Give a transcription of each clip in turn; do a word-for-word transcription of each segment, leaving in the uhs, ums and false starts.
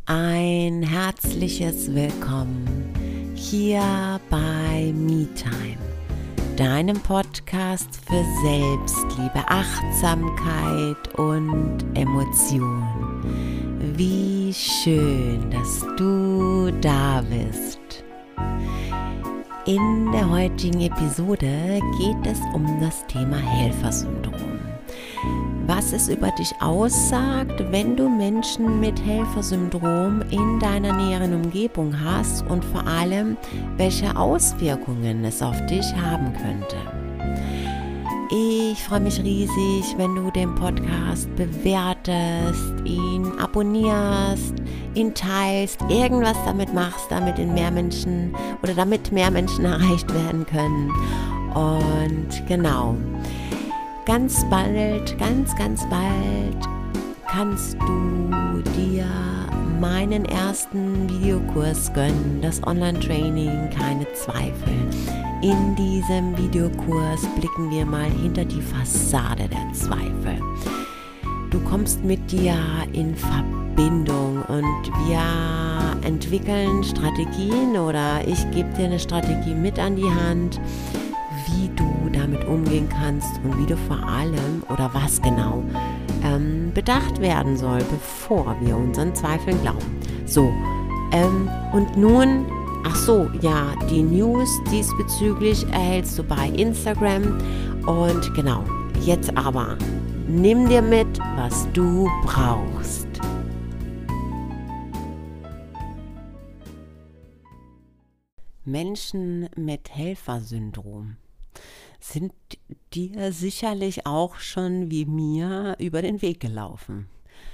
Ein herzliches Willkommen hier bei MeTime, deinem Podcast für Selbstliebe, Achtsamkeit und Emotion. Wie schön, dass du da bist. In der heutigen Episode geht es um das Thema Helfersyndrom. Was es über dich aussagt, wenn du Menschen mit Helfersyndrom in deiner näheren Umgebung hast und vor allem, welche Auswirkungen es auf dich haben könnte. Ich freue mich riesig, wenn du den Podcast bewertest, ihn abonnierst, ihn teilst, irgendwas damit machst, damit in mehr Menschen oder damit mehr Menschen erreicht werden können. Und genau. Ganz bald, ganz, ganz bald kannst du dir meinen ersten Videokurs gönnen, das Online-Training Keine Zweifel. In diesem Videokurs blicken wir mal hinter die Fassade der Zweifel. Du kommst mit dir in Verbindung und wir entwickeln Strategien oder ich gebe dir eine Strategie mit an die Hand, wie du damit umgehen kannst und wie du vor allem oder was genau ähm, bedacht werden soll, bevor wir unseren Zweifeln glauben. So, ähm, und nun, ach so, ja, die News diesbezüglich erhältst du bei Instagram und genau, jetzt aber, nimm dir mit, was du brauchst. Menschen mit Helfersyndrom sind dir sicherlich auch schon wie mir über den Weg gelaufen.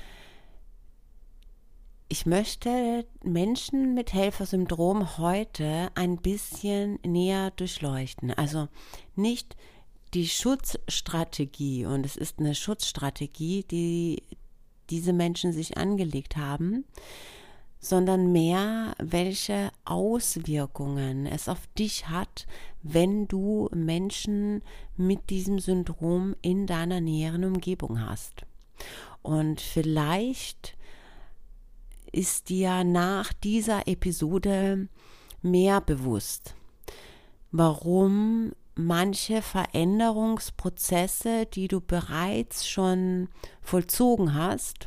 Ich möchte Menschen mit Helfersyndrom heute ein bisschen näher durchleuchten. Also nicht die Schutzstrategie, und es ist eine Schutzstrategie, die diese Menschen sich angelegt haben, sondern mehr, welche Auswirkungen es auf dich hat, wenn du Menschen mit diesem Syndrom in deiner näheren Umgebung hast. Und vielleicht ist dir nach dieser Episode mehr bewusst, warum manche Veränderungsprozesse, die du bereits schon vollzogen hast,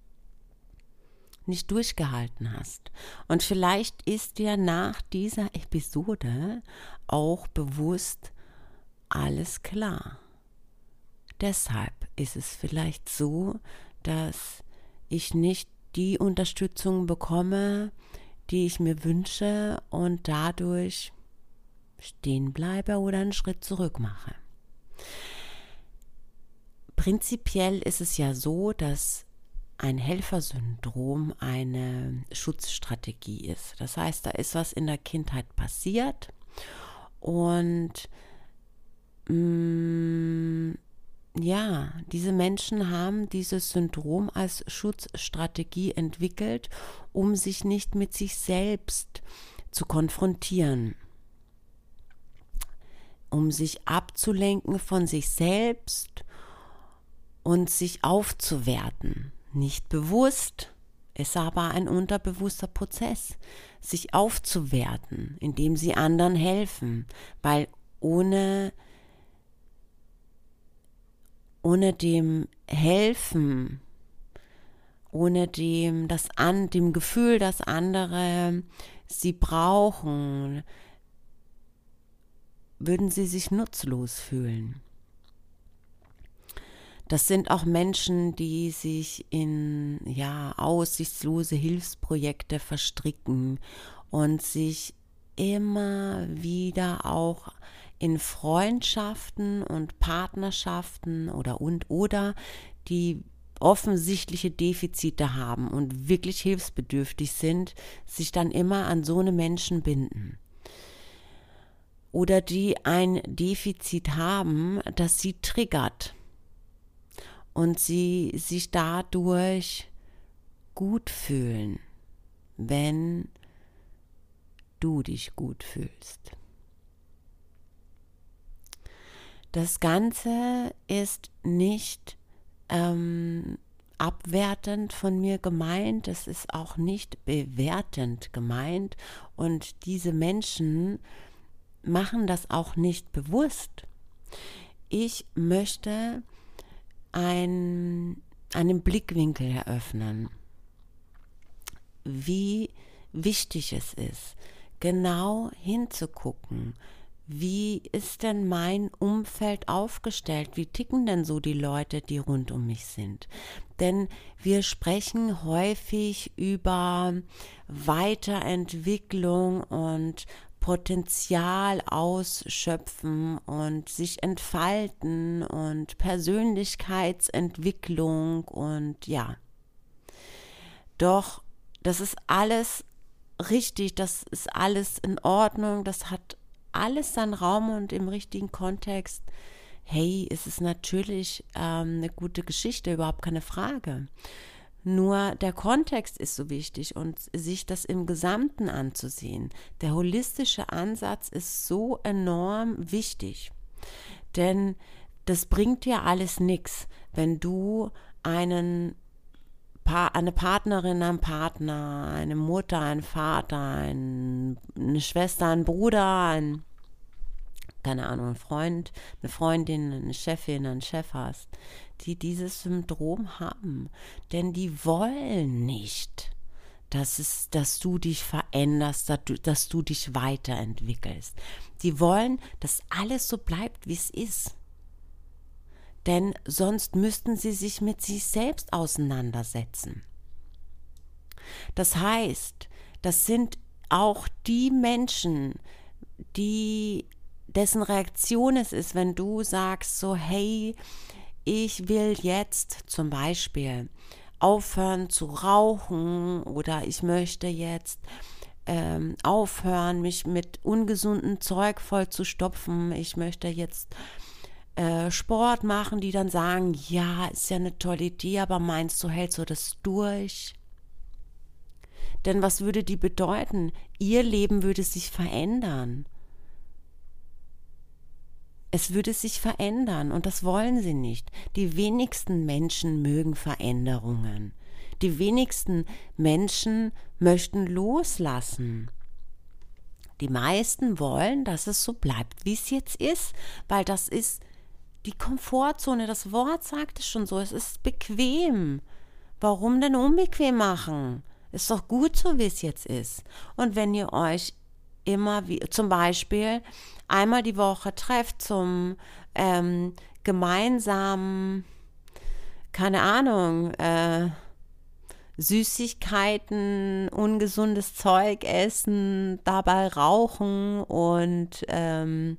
nicht durchgehalten hast. Und vielleicht ist dir nach dieser Episode auch bewusst, alles klar. Deshalb ist es vielleicht so, dass ich nicht die Unterstützung bekomme, die ich mir wünsche und dadurch stehen bleibe oder einen Schritt zurück mache. Prinzipiell ist es ja so, dass ein Helfersyndrom eine Schutzstrategie ist. Das heißt, da ist was in der Kindheit passiert und mh, ja, diese Menschen haben dieses Syndrom als Schutzstrategie entwickelt, um sich nicht mit sich selbst zu konfrontieren, um sich abzulenken von sich selbst und sich aufzuwerten. Nicht bewusst, ist aber ein unterbewusster Prozess, sich aufzuwerten, indem sie anderen helfen, weil ohne, ohne dem Helfen, ohne dem, das an, dem Gefühl, dass andere sie brauchen, würden sie sich nutzlos fühlen. Das sind auch Menschen, die sich in ja, aussichtslose Hilfsprojekte verstricken und sich immer wieder auch in Freundschaften und Partnerschaften oder und oder die offensichtliche Defizite haben und wirklich hilfsbedürftig sind, sich dann immer an so eine Menschen binden. Oder die ein Defizit haben, das sie triggert und sie sich dadurch gut fühlen, wenn du dich gut fühlst. Das Ganze ist nicht ähm, abwertend von mir gemeint, es ist auch nicht bewertend gemeint und diese Menschen machen das auch nicht bewusst. Ich möchte ein, einen Blickwinkel eröffnen, wie wichtig es ist, genau hinzugucken. Wie ist denn mein Umfeld aufgestellt? Wie ticken denn so die Leute, die rund um mich sind? Denn wir sprechen häufig über Weiterentwicklung und Potenzial ausschöpfen und sich entfalten und Persönlichkeitsentwicklung und ja. Doch das ist alles richtig, das ist alles in Ordnung, das hat alles seinen Raum und im richtigen Kontext, hey, ist es natürlich ähm, eine gute Geschichte, überhaupt keine Frage. Nur der Kontext ist so wichtig und sich das im Gesamten anzusehen. Der holistische Ansatz ist so enorm wichtig, denn das bringt dir alles nichts, wenn du einen eine Partnerin, einen Partner, eine Mutter, einen Vater, ein, eine Schwester, einen Bruder, ein, keine Ahnung, ein Freund, eine Freundin, eine Chefin, einen Chef hast, die dieses Syndrom haben. Denn die wollen nicht, dass, es, dass du dich veränderst, dass du, dass du dich weiterentwickelst. Die wollen, dass alles so bleibt, wie es ist. Denn sonst müssten sie sich mit sich selbst auseinandersetzen. Das heißt, das sind auch die Menschen, die, dessen Reaktion es ist, wenn du sagst so, hey, ich will jetzt zum Beispiel aufhören zu rauchen oder ich möchte jetzt ähm, aufhören, mich mit ungesundem Zeug voll zu stopfen, ich möchte jetzt Sport machen, die dann sagen, ja, ist ja eine tolle Idee, aber meinst du, hältst du das durch? Denn was würde die bedeuten? Ihr Leben würde sich verändern. Es würde sich verändern und das wollen sie nicht. Die wenigsten Menschen mögen Veränderungen. Die wenigsten Menschen möchten loslassen. Die meisten wollen, dass es so bleibt, wie es jetzt ist, weil das ist die Komfortzone, das Wort sagt es schon so, es ist bequem. Warum denn unbequem machen? Ist doch gut so, wie es jetzt ist. Und wenn ihr euch immer wie, zum Beispiel einmal die Woche trefft zum ähm, gemeinsamen, keine Ahnung, äh, Süßigkeiten, ungesundes Zeug essen, dabei rauchen und ähm,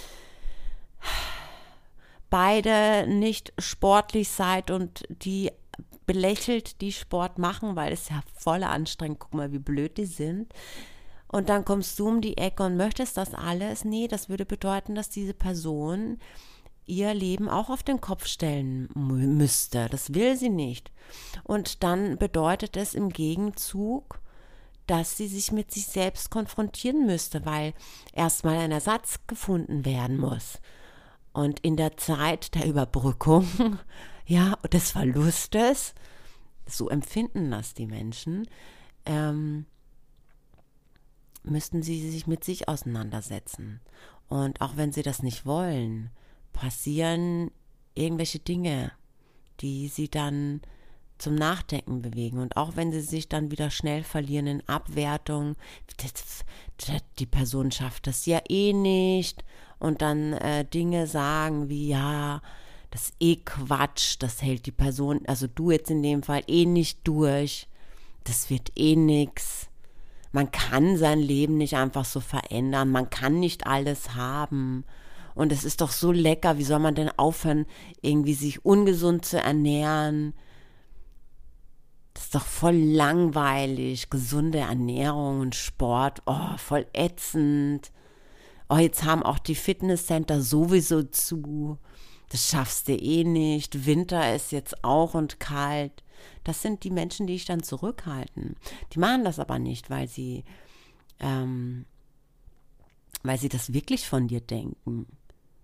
beide nicht sportlich seid und die belächelt, die Sport machen, weil es ja voll anstrengend, guck mal, wie blöd die sind. Und dann kommst du um die Ecke und möchtest das alles. Nee, das würde bedeuten, dass diese Person ihr Leben auch auf den Kopf stellen müsste. Das will sie nicht. Und dann bedeutet es im Gegenzug, dass sie sich mit sich selbst konfrontieren müsste, weil erstmal ein Ersatz gefunden werden muss. Und in der Zeit der Überbrückung, ja, des Verlustes, so empfinden das die Menschen, ähm, müssten sie sich mit sich auseinandersetzen. Und auch wenn sie das nicht wollen, passieren irgendwelche Dinge, die sie dann zum Nachdenken bewegen. Und auch wenn sie sich dann wieder schnell verlieren in Abwertung, die Person schafft das ja eh nicht, und dann äh, Dinge sagen wie, ja, das ist eh Quatsch, das hält die Person, also du jetzt in dem Fall, eh nicht durch, das wird eh nix. Man kann sein Leben nicht einfach so verändern, man kann nicht alles haben. Und es ist doch so lecker, wie soll man denn aufhören, irgendwie sich ungesund zu ernähren? Das ist doch voll langweilig, gesunde Ernährung und Sport, oh, voll ätzend. Oh, jetzt haben auch die Fitnesscenter sowieso zu. Das schaffst du eh nicht. Winter ist jetzt auch und kalt. Das sind die Menschen, die dich dann zurückhalten. Die machen das aber nicht, weil sie, ähm, weil sie das wirklich von dir denken.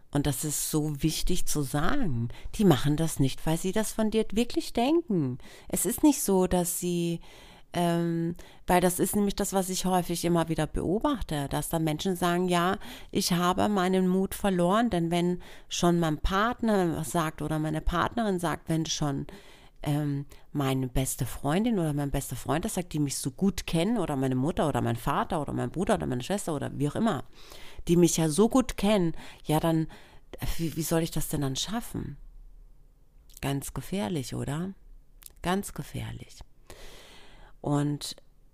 Und das ist so wichtig zu sagen. Die machen das nicht, weil sie das von dir wirklich denken. Es ist nicht so, dass sie, ähm, weil das ist nämlich das, was ich häufig immer wieder beobachte, dass dann Menschen sagen, ja, ich habe meinen Mut verloren, denn wenn schon mein Partner was sagt oder meine Partnerin sagt, wenn schon ähm, meine beste Freundin oder mein bester Freund das sagt, die mich so gut kennen, oder meine Mutter oder mein Vater oder mein Bruder oder meine Schwester oder wie auch immer, die mich ja so gut kennen, ja dann, wie, wie soll ich das denn dann schaffen? Ganz gefährlich, oder? Ganz gefährlich. Und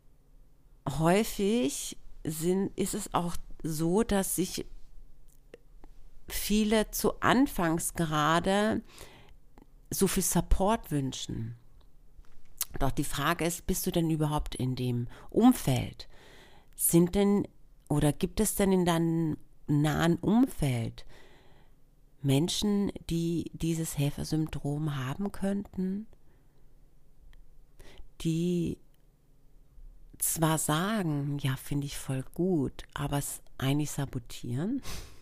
häufig sind, ist es auch so, dass sich viele zu Anfangs gerade so viel Support wünschen. Doch die Frage ist, bist du denn überhaupt in dem Umfeld? Sind denn oder gibt es denn in deinem nahen Umfeld Menschen, die dieses Helfersyndrom haben könnten, die zwar sagen, ja, finde ich voll gut, aber es eigentlich sabotieren?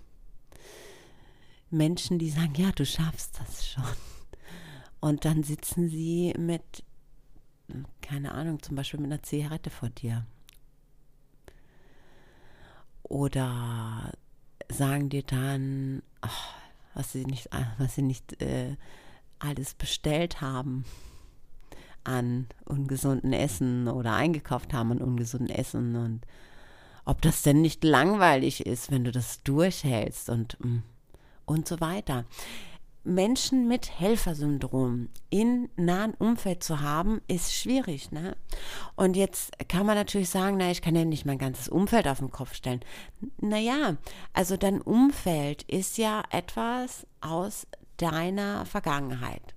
Menschen, die sagen, ja, du schaffst das schon. Und dann sitzen sie mit, keine Ahnung, zum Beispiel mit einer Zigarette vor dir. Oder sagen dir dann, ach, was sie nicht, was sie nicht äh, alles bestellt haben an ungesunden Essen oder eingekauft haben an ungesunden Essen und ob das denn nicht langweilig ist, wenn du das durchhältst und, und so weiter. Menschen mit Helfersyndrom in nahem Umfeld zu haben, ist schwierig, ne? Und jetzt kann man natürlich sagen, na, ich kann ja nicht mein ganzes Umfeld auf den Kopf stellen. Naja, also dein Umfeld ist ja etwas aus deiner Vergangenheit.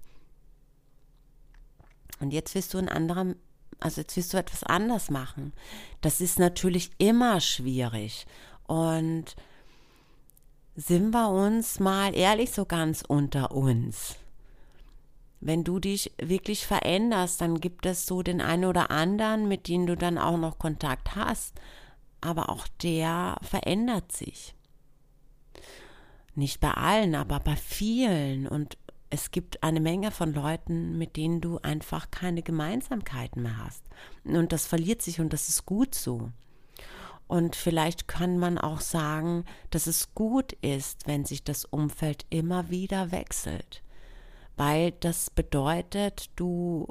Und jetzt willst du ein anderer, also jetzt willst du etwas anders machen. Das ist natürlich immer schwierig. Und sind wir uns mal ehrlich so ganz unter uns. Wenn du dich wirklich veränderst, dann gibt es so den einen oder anderen, mit dem du dann auch noch Kontakt hast, aber auch der verändert sich. Nicht bei allen, aber bei vielen. Und es gibt eine Menge von Leuten, mit denen du einfach keine Gemeinsamkeiten mehr hast. Und das verliert sich und das ist gut so. Und vielleicht kann man auch sagen, dass es gut ist, wenn sich das Umfeld immer wieder wechselt, weil das bedeutet, du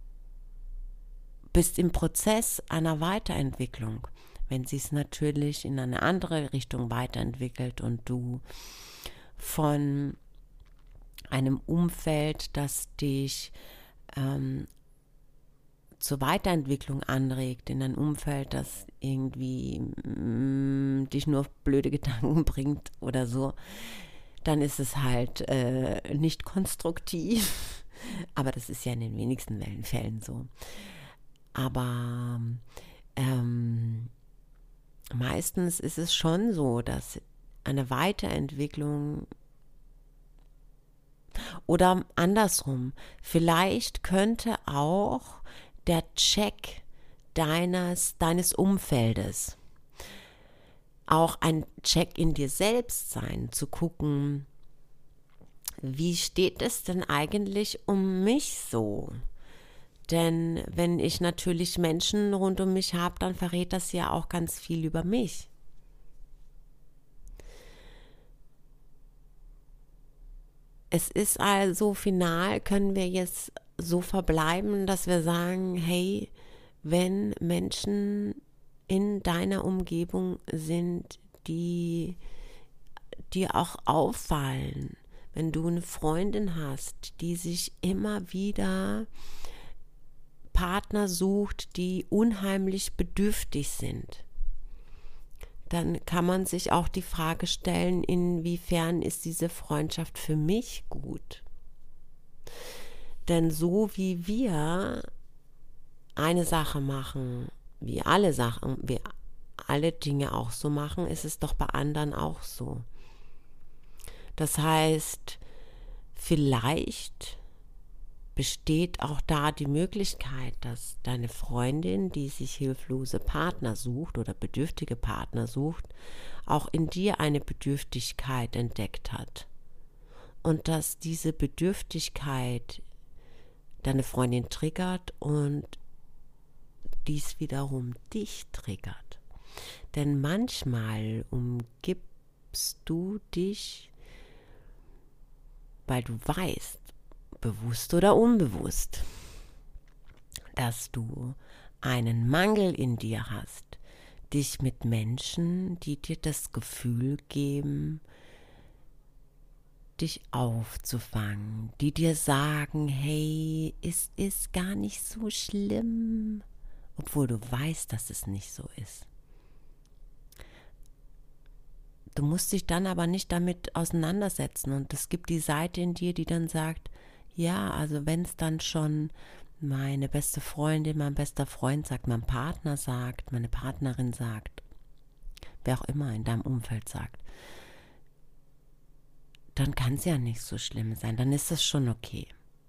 bist im Prozess einer Weiterentwicklung. Wenn sie es natürlich in eine andere Richtung weiterentwickelt und du von einem Umfeld, das dich ähm, zur Weiterentwicklung anregt, in ein Umfeld, das irgendwie mh, dich nur auf blöde Gedanken bringt oder so, dann ist es halt äh, nicht konstruktiv. Aber das ist ja in den wenigsten Fällen so. Aber ähm, meistens ist es schon so, dass eine Weiterentwicklung oder andersrum, vielleicht könnte auch der Check deines, deines Umfeldes auch ein Check in dir selbst sein, zu gucken, wie steht es denn eigentlich um mich so? Denn wenn ich natürlich Menschen rund um mich habe, dann verrät das ja auch ganz viel über mich. Es ist also final, können wir jetzt so verbleiben, dass wir sagen, hey, wenn Menschen in deiner Umgebung sind, die dir auch auffallen, wenn du eine Freundin hast, die sich immer wieder Partner sucht, die unheimlich bedürftig sind, dann kann man sich auch die Frage stellen, inwiefern ist diese Freundschaft für mich gut? Denn so wie wir eine Sache machen, wie alle Sachen, wie alle Dinge auch so machen, ist es doch bei anderen auch so. Das heißt, vielleicht besteht auch da die Möglichkeit, dass deine Freundin, die sich hilflose Partner sucht oder bedürftige Partner sucht, auch in dir eine Bedürftigkeit entdeckt hat. Und dass diese Bedürftigkeit deine Freundin triggert und dies wiederum dich triggert. Denn manchmal umgibst du dich, weil du weißt, bewusst oder unbewusst, dass du einen Mangel in dir hast, dich mit Menschen, die dir das Gefühl geben, dich aufzufangen, die dir sagen, hey, es ist gar nicht so schlimm, obwohl du weißt, dass es nicht so ist. Du musst dich dann aber nicht damit auseinandersetzen und es gibt die Seite in dir, die dann sagt, ja, also wenn es dann schon meine beste Freundin, mein bester Freund sagt, mein Partner sagt, meine Partnerin sagt, wer auch immer in deinem Umfeld sagt, dann kann es ja nicht so schlimm sein, dann ist das schon okay.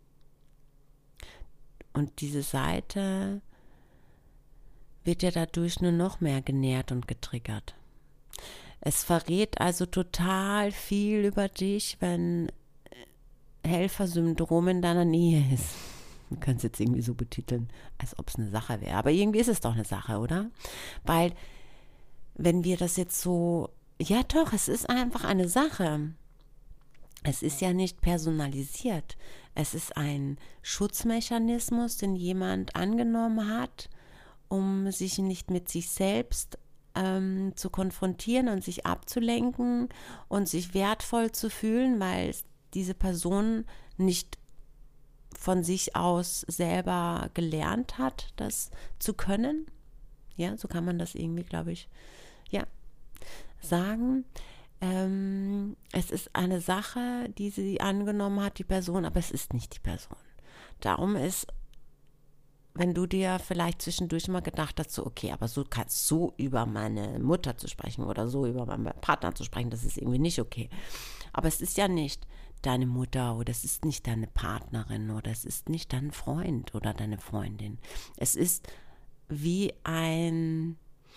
Und diese Seite wird ja dadurch nur noch mehr genährt und getriggert. Es verrät also total viel über dich, wenn Helfersyndrom in deiner Nähe ist. Wir können es jetzt irgendwie so betiteln, als ob es eine Sache wäre. Aber irgendwie ist es doch eine Sache, oder? Weil, wenn wir das jetzt so, ja doch, es ist einfach eine Sache. Es ist ja nicht personalisiert. Es ist ein Schutzmechanismus, den jemand angenommen hat, um sich nicht mit sich selbst ähm, zu konfrontieren und sich abzulenken und sich wertvoll zu fühlen, weil diese Person nicht von sich aus selber gelernt hat, das zu können. Ja, so kann man das irgendwie, glaube ich, ja, sagen. Ähm, es ist eine Sache, die sie angenommen hat, die Person, aber es ist nicht die Person. Darum ist, wenn du dir vielleicht zwischendurch mal gedacht hast, so okay, aber so kannst so über meine Mutter zu sprechen oder so über meinen Partner zu sprechen, das ist irgendwie nicht okay. Aber es ist ja nicht deine Mutter oder es ist nicht deine Partnerin oder es ist nicht dein Freund oder deine Freundin. Es ist wie ein,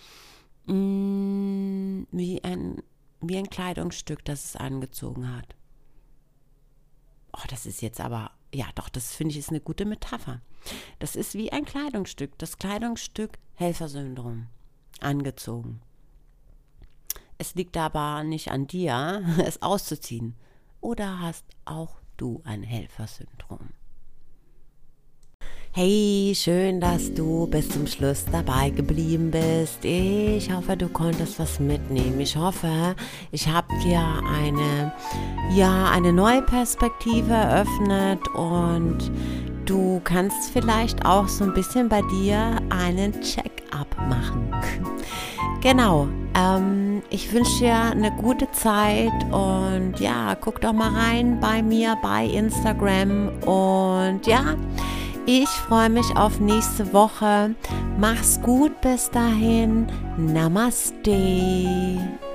mh, wie ein, wie ein Kleidungsstück, das es angezogen hat. Oh, das ist jetzt aber, ja doch, das finde ich ist eine gute Metapher. Das ist wie ein Kleidungsstück, das Kleidungsstück Helfersyndrom, angezogen. Es liegt aber nicht an dir, es auszuziehen. Oder hast auch du ein Helfersyndrom? Hey, schön, dass du bis zum Schluss dabei geblieben bist. Ich hoffe, du konntest was mitnehmen. Ich hoffe, ich habe dir eine, ja, eine neue Perspektive eröffnet und du kannst vielleicht auch so ein bisschen bei dir einen Check-up machen. Genau, ähm, ich wünsche dir eine gute Zeit und ja, guck doch mal rein bei mir bei Instagram und ja, ich freue mich auf nächste Woche. Mach's gut bis dahin. Namaste.